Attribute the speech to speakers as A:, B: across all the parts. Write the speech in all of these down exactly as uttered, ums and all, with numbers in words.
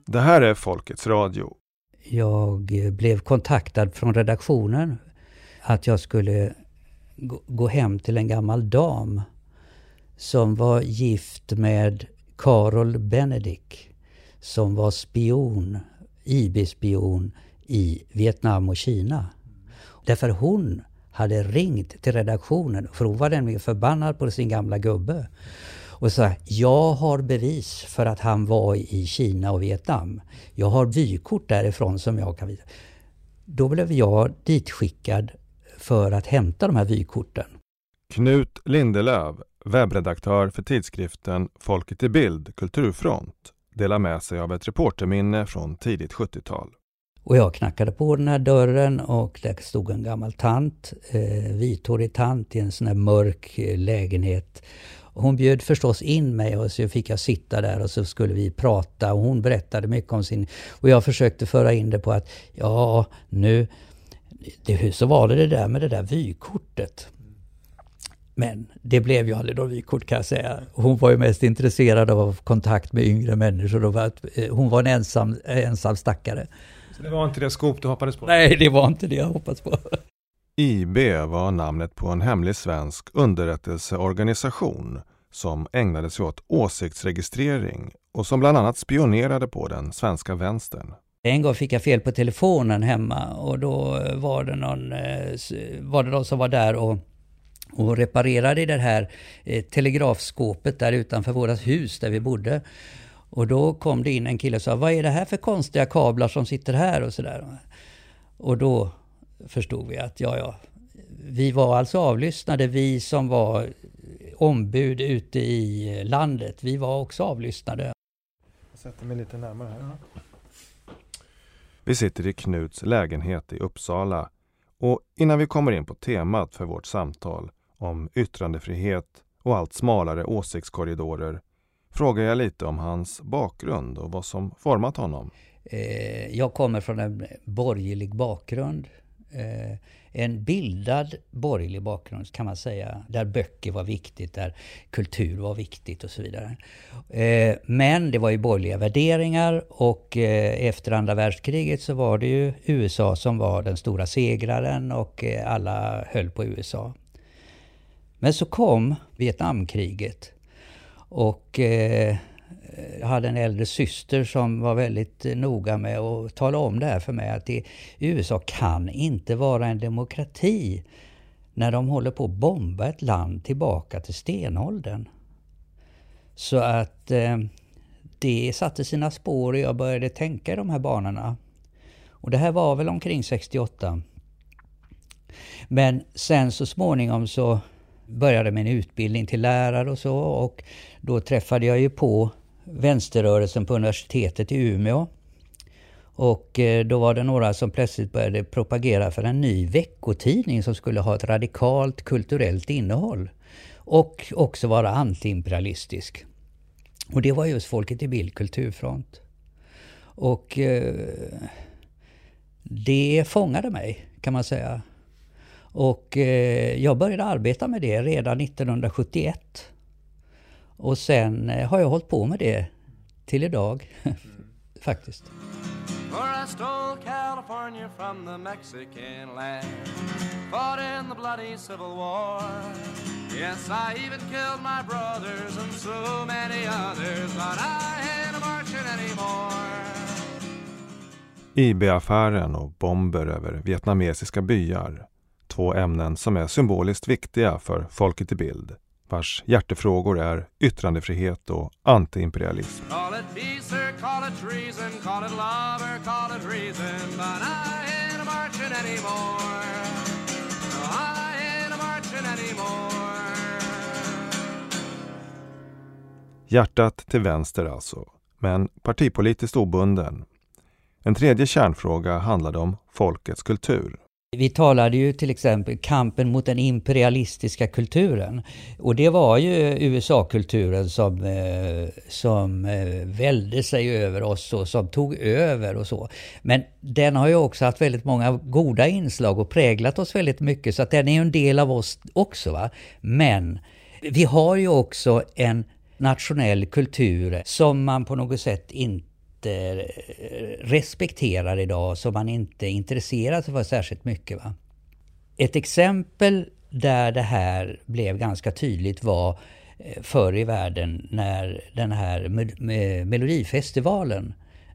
A: Det här är Folkets Radio.
B: Jag blev kontaktad från redaktionen att jag skulle gå hem till en gammal dam som var gift med Karol Benedict, som var spion, I B-spion i Vietnam och Kina. Därför hon hade ringt till redaktionen, för hon var nämligen förbannad på sin gamla gubbe. Och sa, jag har bevis för att han var i Kina och Vietnam. Jag har vykort därifrån som jag kan visa. Då blev jag ditskickad för att hämta de här vykorten.
A: Knut Lindelöf, webbredaktör för tidskriften Folket i Bild, Kulturfront, delar med sig av ett reporterminne från tidigt sjuttiotal.
B: Och jag knackade på den här dörren och där stod en gammal tant, eh, vithårig tant i en sån här mörk eh, lägenhet. Hon bjöd förstås in mig och så fick jag sitta där och så skulle vi prata och hon berättade mycket om sin... Och jag försökte föra in det på att ja, nu... Det, så var det det där med det där vykortet. Men det blev ju aldrig någon vykort kan jag säga. Hon var ju mest intresserad av att ha kontakt med yngre människor. Och var, hon var en ensam, ensam stackare.
A: Så det var inte det skop du hoppades på?
B: Nej, det var inte det jag hoppades på.
A: I B var namnet på en hemlig svensk underrättelseorganisation som ägnade sig åt åsiktsregistrering och som bland annat spionerade på den svenska vänstern.
B: En gång fick jag fel på telefonen hemma och då var det någon, var det någon som var där och, och reparerade i det här telegrafskåpet där utanför vårt hus där vi bodde. Och då kom det in en kille och sa, vad är det här för konstiga kablar som sitter här och sådär. Och då förstod vi att ja, ja, vi var alltså avlyssnade, vi som var ombud ute i landet, vi var också avlyssnade.
A: Jag sätter mig lite närmare här. Vi sitter i Knuts lägenhet i Uppsala och innan vi kommer in på temat för vårt samtal om yttrandefrihet och allt smalare åsiktskorridorer frågar jag lite om hans bakgrund och vad som format honom.
B: Jag kommer från en borgerlig bakgrund. En bildad borgerlig bakgrund kan man säga. Där böcker var viktigt, där kultur var viktigt och så vidare. Men det var ju borgerliga värderingar och efter andra världskriget så var det ju U S A som var den stora segraren och alla höll på U S A. Men så kom Vietnamkriget och jag hade en äldre syster som var väldigt noga med att tala om det här för mig. Att det, U S A kan inte vara en demokrati när de håller på att bomba ett land tillbaka till stenåldern. Så att eh, det satte sina spår och jag började tänka i de här banorna. Och det här var väl omkring sextioåtta. Men sen så småningom så började min utbildning till lärare och så. Och då träffade jag ju på vänsterrörelsen på universitetet i Umeå. Och då var det några som plötsligt började propagera för en ny veckotidning som skulle ha ett radikalt kulturellt innehåll. Och också vara antiimperialistisk. Och det var just Folket i Bild, Kulturfront. Och eh, det fångade mig kan man säga. Och eh, jag började arbeta med det redan nittonhundrasjuttioett. Och sen eh, har jag hållit på med det till idag, faktiskt.
C: For I stole California from the Mexican land, fought in the bloody Civil War. Yes, I even killed my brothers and so many others, but I ain't a marching anymore.
A: I B-affären och bomber över vietnamesiska byar. Två ämnen som är symboliskt viktiga för Folket i Bild, vars hjärtefrågor är yttrandefrihet och antiimperialism.
C: Call it peace or call it treason, call it love or call it reason, but I ain't a marching anymore. No, I ain't a marching anymore.
A: Hjärtat till vänster alltså, men partipolitiskt obunden. En tredje kärnfråga handlade om folkets kultur.
B: Vi talade ju till exempel kampen mot den imperialistiska kulturen. Och det var ju U S A-kulturen som, eh, som eh, välde sig över oss och som tog över och så. Men den har ju också haft väldigt många goda inslag och präglat oss väldigt mycket. Så att den är ju en del av oss också, va? Men vi har ju också en nationell kultur som man på något sätt inte inte respekterar idag, som man inte är intresserad för särskilt mycket. Va? Ett exempel där det här blev ganska tydligt var förr i världen när den här Melodifestivalen,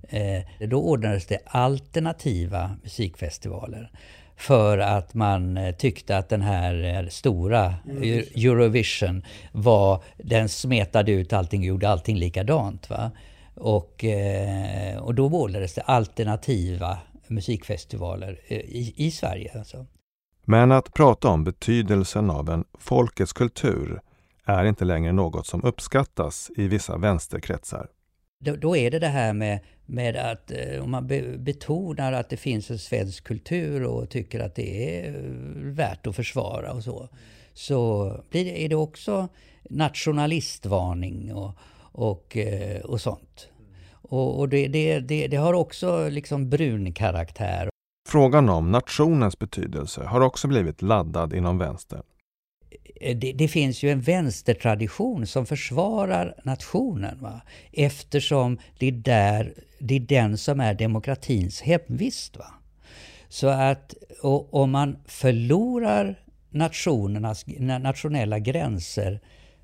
B: då ordnades det alternativa musikfestivaler. För att man tyckte att den här stora Eurovision var, den smetade ut allting och gjorde allting likadant. Va? Och, och då ordnades det alternativa musikfestivaler i, i Sverige. Alltså.
A: Men att prata om betydelsen av en folkets kultur är inte längre något som uppskattas i vissa vänsterkretsar.
B: Då, då är det det här med, med att om man be, betonar att det finns en svensk kultur och tycker att det är värt att försvara och så. Så blir det, är det också nationalistvarning och, och, och sånt. Och, och det, det, det, det har också liksom brun karaktär.
A: Frågan om nationens betydelse har också blivit laddad inom vänster.
B: Det, det finns ju en vänstertradition som försvarar nationen, va? Eftersom det är, där, det är den som är demokratins hemvist. Va? Så att och, om man förlorar nationernas nationella gränser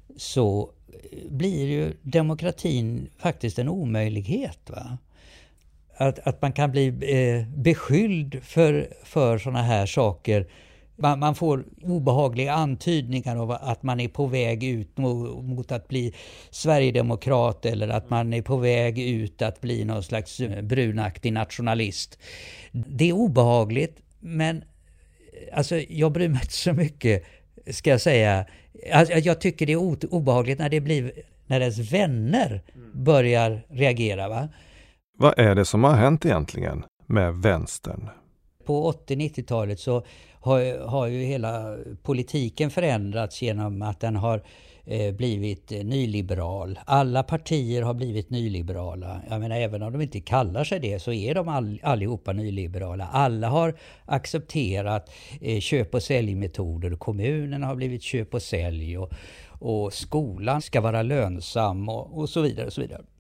B: så blir ju demokratin faktiskt en omöjlighet. Va? Att, att man kan bli eh, beskylld för, för såna här saker. Man, man får obehagliga antydningar av att man är på väg ut mot, mot att bli Sverigedemokrat eller att man är på väg ut att bli någon slags brunaktig nationalist. Det är obehagligt, men alltså, jag bryr mig inte så mycket, ska jag säga. Alltså, jag tycker det är obehagligt när det blir, när ens vänner börjar reagera. Va?
A: Vad är det som har hänt egentligen med vänstern?
B: På åttio-nittiotalet så har, har ju hela politiken förändrats genom att den har eh, blivit nyliberal. Alla partier har blivit nyliberala. Jag menar, även om de inte kallar sig det så är de all, allihopa nyliberala. Alla har accepterat eh, köp- och säljmetoder. Kommunen har blivit köp och sälj och, och skolan ska vara lönsam och, och så vidare och så vidare.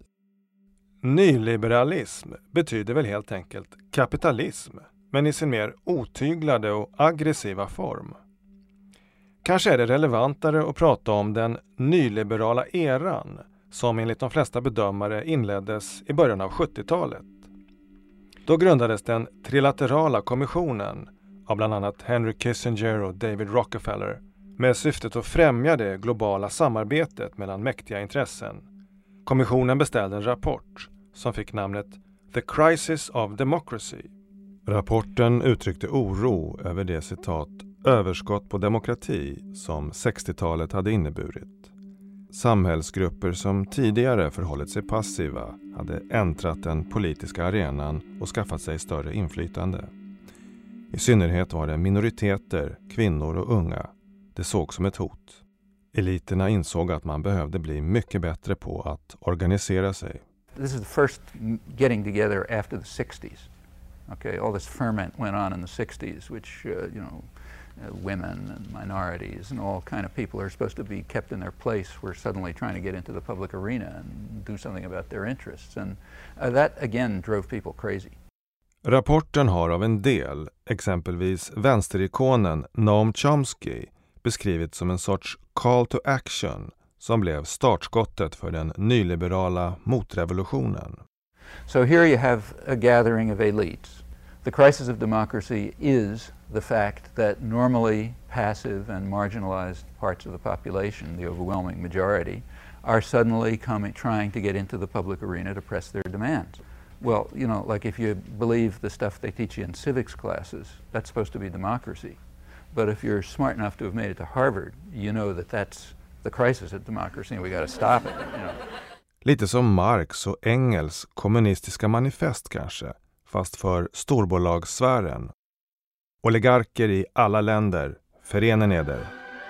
A: Nyliberalism betyder väl helt enkelt kapitalism, men i sin mer otyglade och aggressiva form. Kanske är det relevantare att prata om den nyliberala eran som enligt de flesta bedömare inleddes i början av sjuttiotalet. Då grundades den trilaterala kommissionen av bland annat Henry Kissinger och David Rockefeller med syftet att främja det globala samarbetet mellan mäktiga intressen. Kommissionen beställde en rapport som fick namnet The Crisis of Democracy. Rapporten uttryckte oro över det citat överskott på demokrati som sextiotalet hade inneburit. Samhällsgrupper som tidigare förhållit sig passiva hade äntrat den politiska arenan och skaffat sig större inflytande. I synnerhet var det minoriteter, kvinnor och unga. Det såg som ett hot. Eliterna insåg att man behövde bli mycket bättre på att organisera sig.
D: This is the first getting together after the sixties. Okay, all this ferment went on in the sixties, which uh, you know, uh, women and minorities and all kind of people are supposed to be kept in their place. We're suddenly trying to get into the public arena and do something about their interests, and uh, that again drove people crazy.
A: Rapporten har av en del, exempelvis vänsterikonen Noam Chomsky, beskrivits som en sorts call to action som blev startskottet för den nyliberala motrevolutionen.
D: So here you have a gathering of elites. The crisis of democracy is the fact that normally passive and marginalized parts of the population, the overwhelming majority, are suddenly coming, trying to get into the public arena to press their demands. Well, you know, like if you believe the stuff they teach you in civics classes, that's supposed to be democracy. But if you're smart enough to have made it to Harvard, you know that that's the crisis of democracy and we got to stop it. You know.
A: Lite som Marx och Engels kommunistiska manifest kanske, fast för storbolagssfären. Oligarker i alla länder, förenen eder.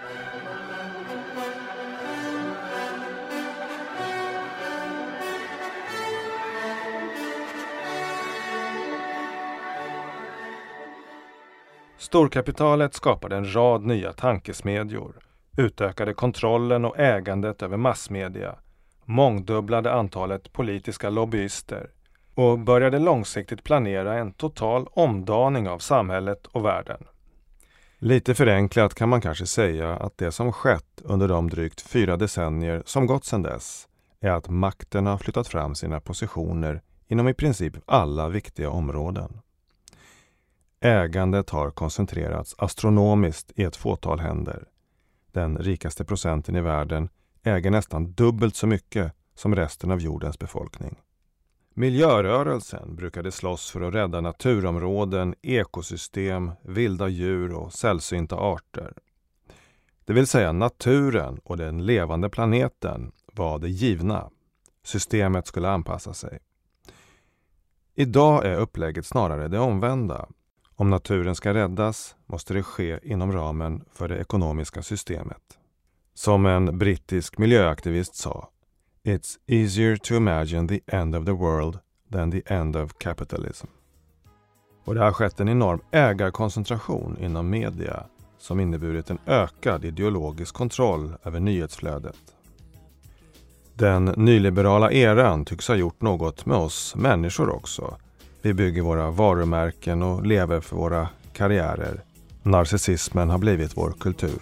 A: Storkapitalet skapade en rad nya tankesmedjor, utökade kontrollen och ägandet över massmedia, mångdubblade antalet politiska lobbyister, och började långsiktigt planera en total omdaning av samhället och världen. Lite förenklat kan man kanske säga att det som skett under de drygt fyra decennier som gått sedan dess är att makten har flyttat fram sina positioner inom i princip alla viktiga områden. Ägandet har koncentrerats astronomiskt i ett fåtal händer. Den rikaste procenten i världen äger nästan dubbelt så mycket som resten av jordens befolkning. Miljörörelsen brukade slåss för att rädda naturområden, ekosystem, vilda djur och sällsynta arter. Det vill säga naturen och den levande planeten var det givna. Systemet skulle anpassa sig. Idag är upplägget snarare det omvända. Om naturen ska räddas måste det ske inom ramen för det ekonomiska systemet. Som en brittisk miljöaktivist sa, "It's easier to imagine the end of the world than the end of capitalism." Och det har skett en enorm ägarkoncentration inom media som inneburit en ökad ideologisk kontroll över nyhetsflödet. Den nyliberala eran tycks ha gjort något med oss människor också. Vi bygger våra varumärken och lever för våra karriärer. Narcissismen har blivit vår kultur.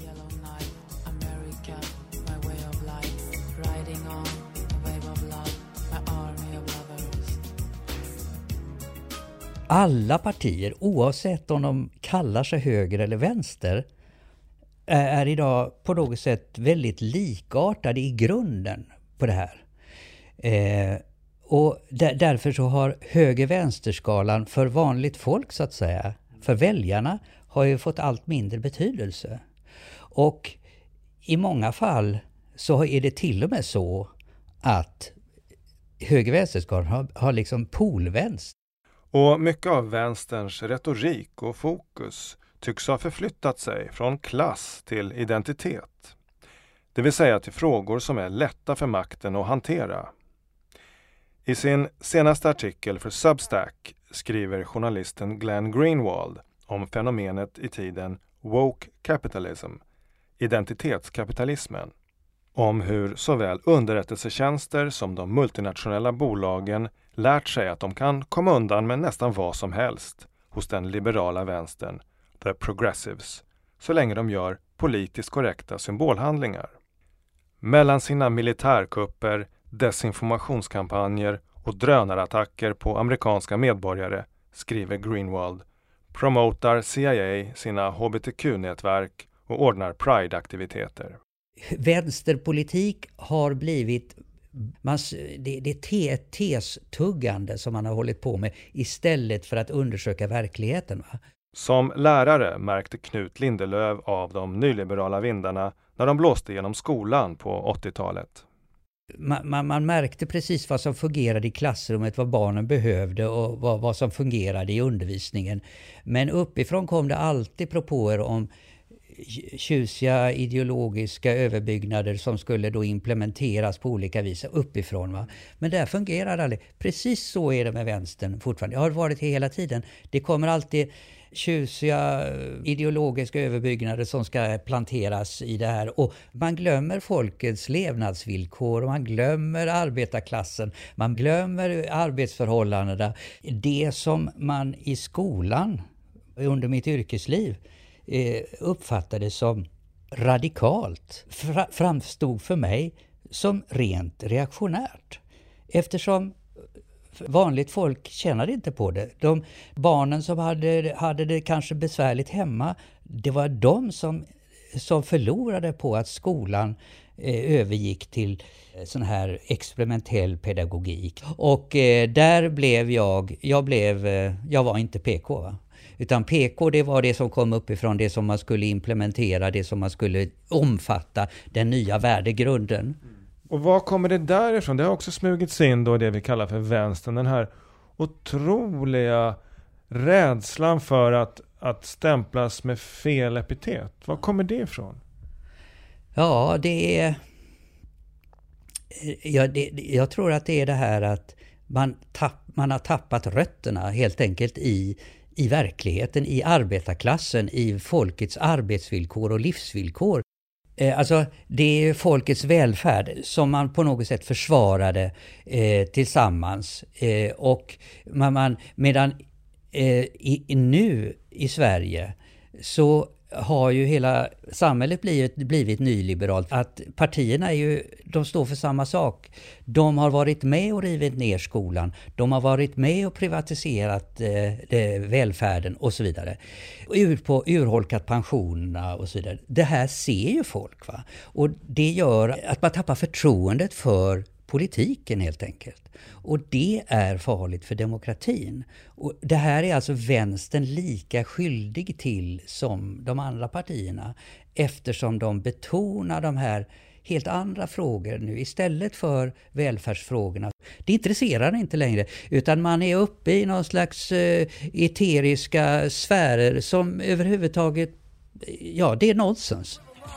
B: Alla partier, oavsett om de kallar sig höger eller vänster, är idag på något sätt väldigt likartade i grunden på det här. Eh, och där, därför så har höger-vänsterskalan för vanligt folk så att säga, för väljarna, har ju fått allt mindre betydelse. Och i många fall så är det till och med så att höger-vänsterskalan har, har liksom polvänst.
A: Och mycket av vänsterns retorik och fokus tycks ha förflyttat sig från klass till identitet. Det vill säga till frågor som är lätta för makten att hantera. I sin senaste artikel för Substack skriver journalisten Glenn Greenwald om fenomenet i tiden woke capitalism, identitetskapitalismen, om hur såväl underrättelsetjänster som de multinationella bolagen lärt sig att de kan komma undan med nästan vad som helst hos den liberala vänstern, the progressives, så länge de gör politiskt korrekta symbolhandlingar. Mellan sina militärkupper, desinformationskampanjer och drönarattacker på amerikanska medborgare, skriver Greenwald, promotar C I A sina H B T Q-nätverk och ordnar Pride-aktiviteter.
B: Vänsterpolitik har blivit man, det, det är ett testuggande som man har hållit på med istället för att undersöka verkligheten. Va?
A: Som lärare märkte Knut Lindelöf av de nyliberala vindarna när de blåste genom skolan på åttiotalet.
B: Man, man, man märkte precis vad som fungerade i klassrummet, vad barnen behövde och vad, vad som fungerade i undervisningen. Men uppifrån kom det alltid propåer om tjusiga ideologiska överbyggnader som skulle då implementeras på olika vis uppifrån. Va? Men det fungerar aldrig. Precis så är det med vänstern fortfarande. Det har varit hela tiden. Det kommer alltid tjusiga ideologiska överbyggnader som ska planteras i det här. Och man glömmer folkets levnadsvillkor och man glömmer arbetarklassen. Man glömmer arbetsförhållandena. Det som man i skolan under mitt yrkesliv uppfattades som radikalt framstod för mig som rent reaktionärt. Eftersom vanligt folk tjänade inte på det. De barnen som hade, hade det kanske besvärligt hemma, det var de som, som förlorade på att skolan eh, övergick till sån här experimentell pedagogik. Och eh, där blev jag, jag blev, eh, jag var inte P K va? Utan P K det var det som kom uppifrån, det som man skulle implementera, det som man skulle omfatta, den nya värdegrunden.
A: Och var kommer det därifrån? Det har också smugits in då det vi kallar för vänstern. Den här otroliga rädslan för att, att stämplas med fel epitet. Var kommer det ifrån?
B: Ja, det är... Ja, det, jag tror att det är det här att man, tapp, man har tappat rötterna helt enkelt i... i verkligheten, i arbetarklassen, i folkets arbetsvillkor och livsvillkor. Eh, alltså det är folkets välfärd som man på något sätt försvarade eh, tillsammans. Eh, och man, man, medan eh, i, nu i Sverige så har ju hela samhället blivit, blivit nyliberalt. Att partierna är ju, de står för samma sak. De har varit med och rivit ner skolan. De har varit med och privatiserat eh, välfärden och så vidare. Ur på, urholkat pensionerna och så vidare. Det här ser ju folk, va? Och det gör att man tappar förtroendet för politiken helt enkelt. Och det är farligt för demokratin. Och det här är alltså vänstern lika skyldig till som de andra partierna, eftersom de betonar de här helt andra frågor nu istället för välfärdsfrågorna. Det intresserar inte längre, utan man är uppe i någon slags eh, eteriska sfärer som överhuvudtaget, ja, det är nonsens.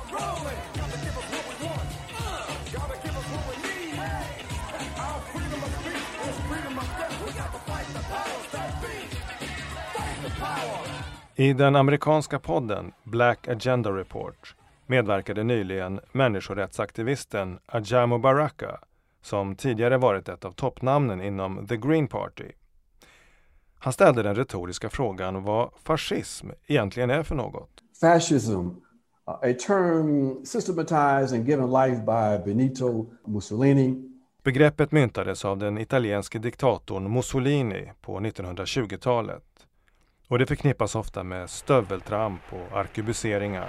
A: I den amerikanska podden Black Agenda Report medverkade nyligen människorättsaktivisten Ajamo Baraka, som tidigare varit ett av toppnamnen inom The Green Party. Han ställde den retoriska frågan vad fascism egentligen är för något.
E: Fascism, a term systematized and given life by Benito Mussolini.
A: Begreppet myntades av den italienske diktatorn Mussolini på nittonhundratjugotalet. Och det förknippas ofta med stöveltramp och arkebuseringar.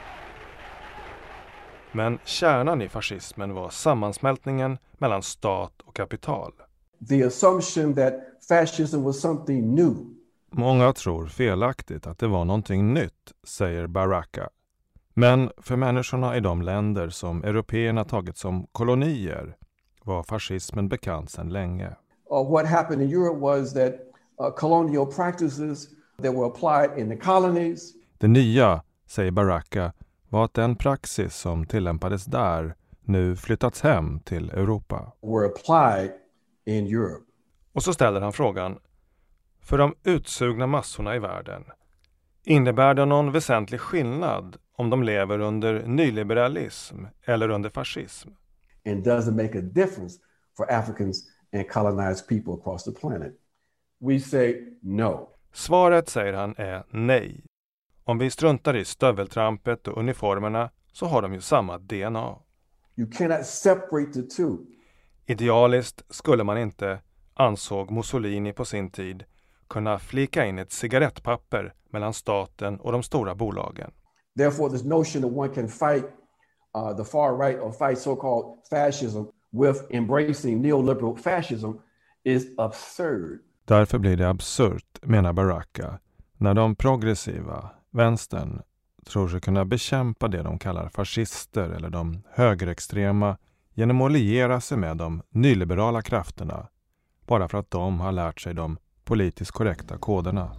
A: Men kärnan i fascismen var sammansmältningen mellan stat och kapital.
E: The assumption that fascism was something new.
A: Många tror felaktigt att det var någonting nytt, säger Baraka. Men för människorna i de länder som européerna tagit som kolonier var fascismen bekant sedan länge.
E: Uh, what happened in Europe was that uh, colonial practices that were applied in the colonies.
A: Det nya, säger Baraka, var att den praxis som tillämpades där nu flyttats hem till Europa.
E: Were applied in Europe.
A: Och så ställer han frågan, för de utsugna massorna i världen, innebär det någon väsentlig skillnad om de lever under nyliberalism eller under fascism?
E: And does it make a difference for Africans and colonized people across the planet? We say no.
A: Svaret, säger han, är nej. Om vi struntar i stöveltrampet och uniformerna så har de ju samma D N A.
E: You cannot separate the two.
A: Idealiskt skulle man inte, ansåg Mussolini på sin tid, kunna flika in ett cigarettpapper mellan staten och de stora bolagen.
E: Therefore, this notion that one can fight uh, the far right or fight so-called fascism with embracing neoliberal fascism is absurd.
A: Därför blir det absurt, menar Baraka, när de progressiva, vänstern, tror sig kunna bekämpa det de kallar fascister eller de högerextrema genom att liera sig med de nyliberala krafterna, bara för att de har lärt sig de politiskt korrekta koderna.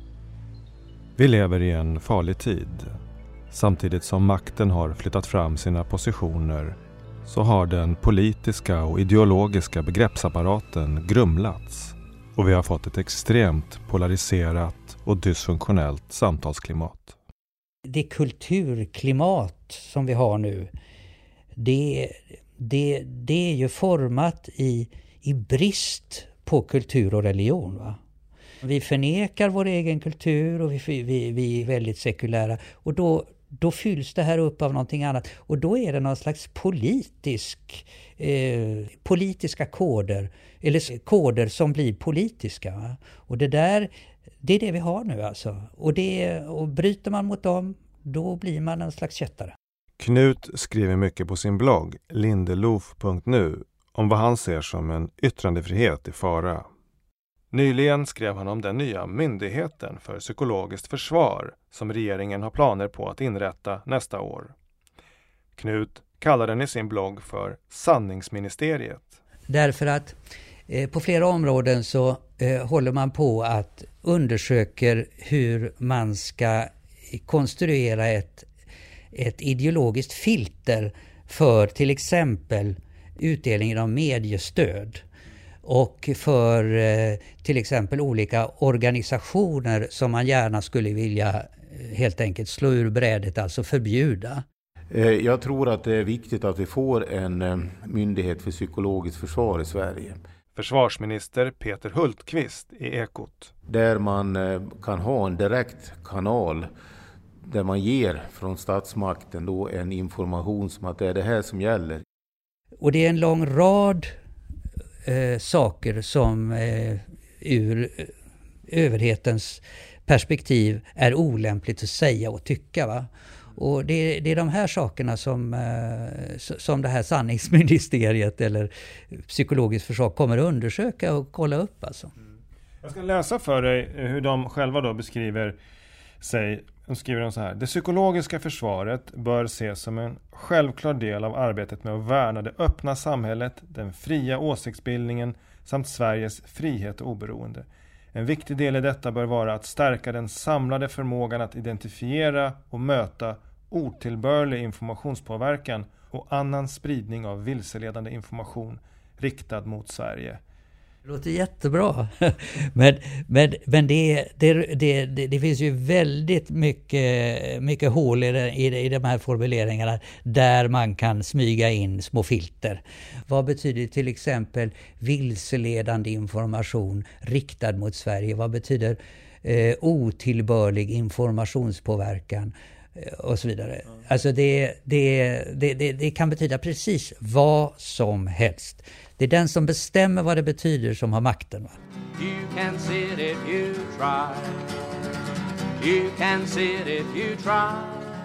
A: Vi lever i en farlig tid. Samtidigt som makten har flyttat fram sina positioner så har den politiska och ideologiska begreppsapparaten grumlats. Och vi har fått ett extremt polariserat och dysfunktionellt samtalsklimat.
B: Det kulturklimat som vi har nu, det, det, det är ju format i, i brist på kultur och religion, va? Vi förnekar vår egen kultur och vi, vi, vi är väldigt sekulära. Och då, då fylls det här upp av någonting annat. Och då är det någon slags politisk, eh, politiska koder. Eller koder som blir politiska. Va? Och det där, det är det vi har nu alltså. Och, det, och bryter man mot dem, då blir man en slags kättare.
A: Knut skriver mycket på sin blogg lindelof punkt nu om vad han ser som en yttrandefrihet i fara. Nyligen skrev han om den nya myndigheten för psykologiskt försvar som regeringen har planer på att inrätta nästa år. Knut kallar den i sin blogg för sanningsministeriet.
B: Därför att eh, på flera områden så eh, håller man på att undersöka hur man ska konstruera ett, ett ideologiskt filter för till exempel utdelningen av mediestöd. Och för eh, till exempel olika organisationer som man gärna skulle vilja eh, helt enkelt slå ur brädet, alltså förbjuda.
F: Jag tror att det är viktigt att vi får en myndighet för psykologiskt försvar i Sverige.
A: Försvarsminister Peter Hultqvist i Ekot.
F: Där man kan ha en direkt kanal där man ger från statsmakten då en information som att det är det här som gäller.
B: Och det är en lång rad eh, saker som eh, ur överhetens perspektiv är olämpligt att säga och tycka, va? Och det, det är de här sakerna som, eh, som det här sanningsministeriet eller psykologiskt försvar kommer att undersöka och kolla upp. Alltså.
A: Jag ska läsa för dig hur de själva då beskriver sig. De skriver de så här: det psykologiska försvaret bör ses som en självklar del av arbetet med att värna det öppna samhället, den fria åsiktsbildningen samt Sveriges frihet och oberoende. En viktig del i detta bör vara att stärka den samlade förmågan att identifiera och möta otillbörlig informationspåverkan och annan spridning av vilseledande information riktad mot Sverige.
B: Det låter jättebra. men men, men det, det, det, det, det finns ju väldigt mycket, mycket hål i, det, i, det, i de här formuleringarna där man kan smyga in små filter. Vad betyder till exempel vilseledande information riktad mot Sverige? Vad betyder eh, otillbörlig informationspåverkan? Och så vidare. Mm. Alltså det, det, det, det, det kan betyda precis vad som helst. Det är den som bestämmer vad det betyder som har makten. Va?
C: You can see it if you try. You can see it if you try.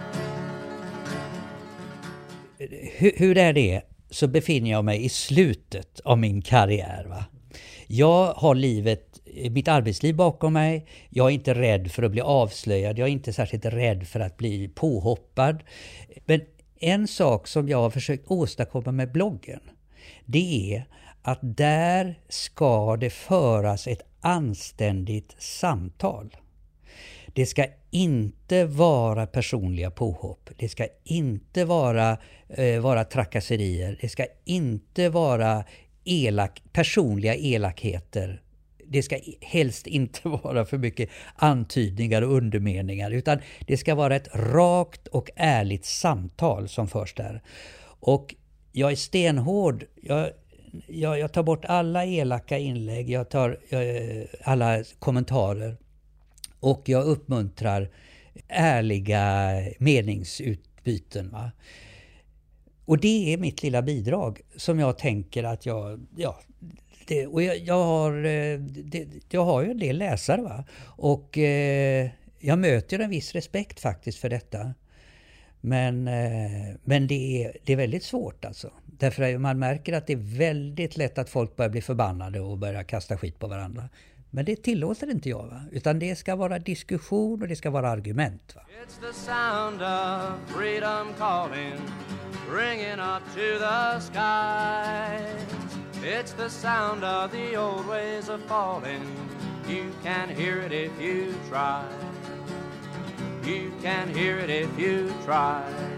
B: Hur, hur är det så befinner jag mig i slutet av min karriär. Va? Jag har livet, mitt arbetsliv bakom mig. Jag är inte rädd för att bli avslöjad. Jag är inte särskilt rädd för att bli påhoppad. Men en sak som jag har försökt åstadkomma med bloggen, det är att där ska det föras ett anständigt samtal. Det ska inte vara personliga påhopp. Det ska inte vara, eh, vara trakasserier. Det ska inte vara elak, personliga elakheter. Det ska helst inte vara för mycket antydningar och undermeningar, utan det ska vara ett rakt och ärligt samtal som förs där. Och jag är stenhård. Jag, jag, jag tar bort alla elaka inlägg. Jag tar jag, alla kommentarer. Och jag uppmuntrar ärliga meningsutbyten. Va? Och det är mitt lilla bidrag som jag tänker att jag... Ja, det, och jag, jag, har, det, jag har ju en del läsare. Va? Och eh, jag möter en viss respekt faktiskt för detta. Men, eh, men det, är, det är väldigt svårt alltså. Därför att man märker att det är väldigt lätt att folk börjar bli förbannade och börjar kasta skit på varandra. Men det tillåter inte jag, va? Utan det ska vara diskussion och det ska vara argument. Va?
C: It's the sound of freedom calling, ringing up to the skies. It's the sound of the old ways of falling. You can hear it if you try. You can hear it if you try.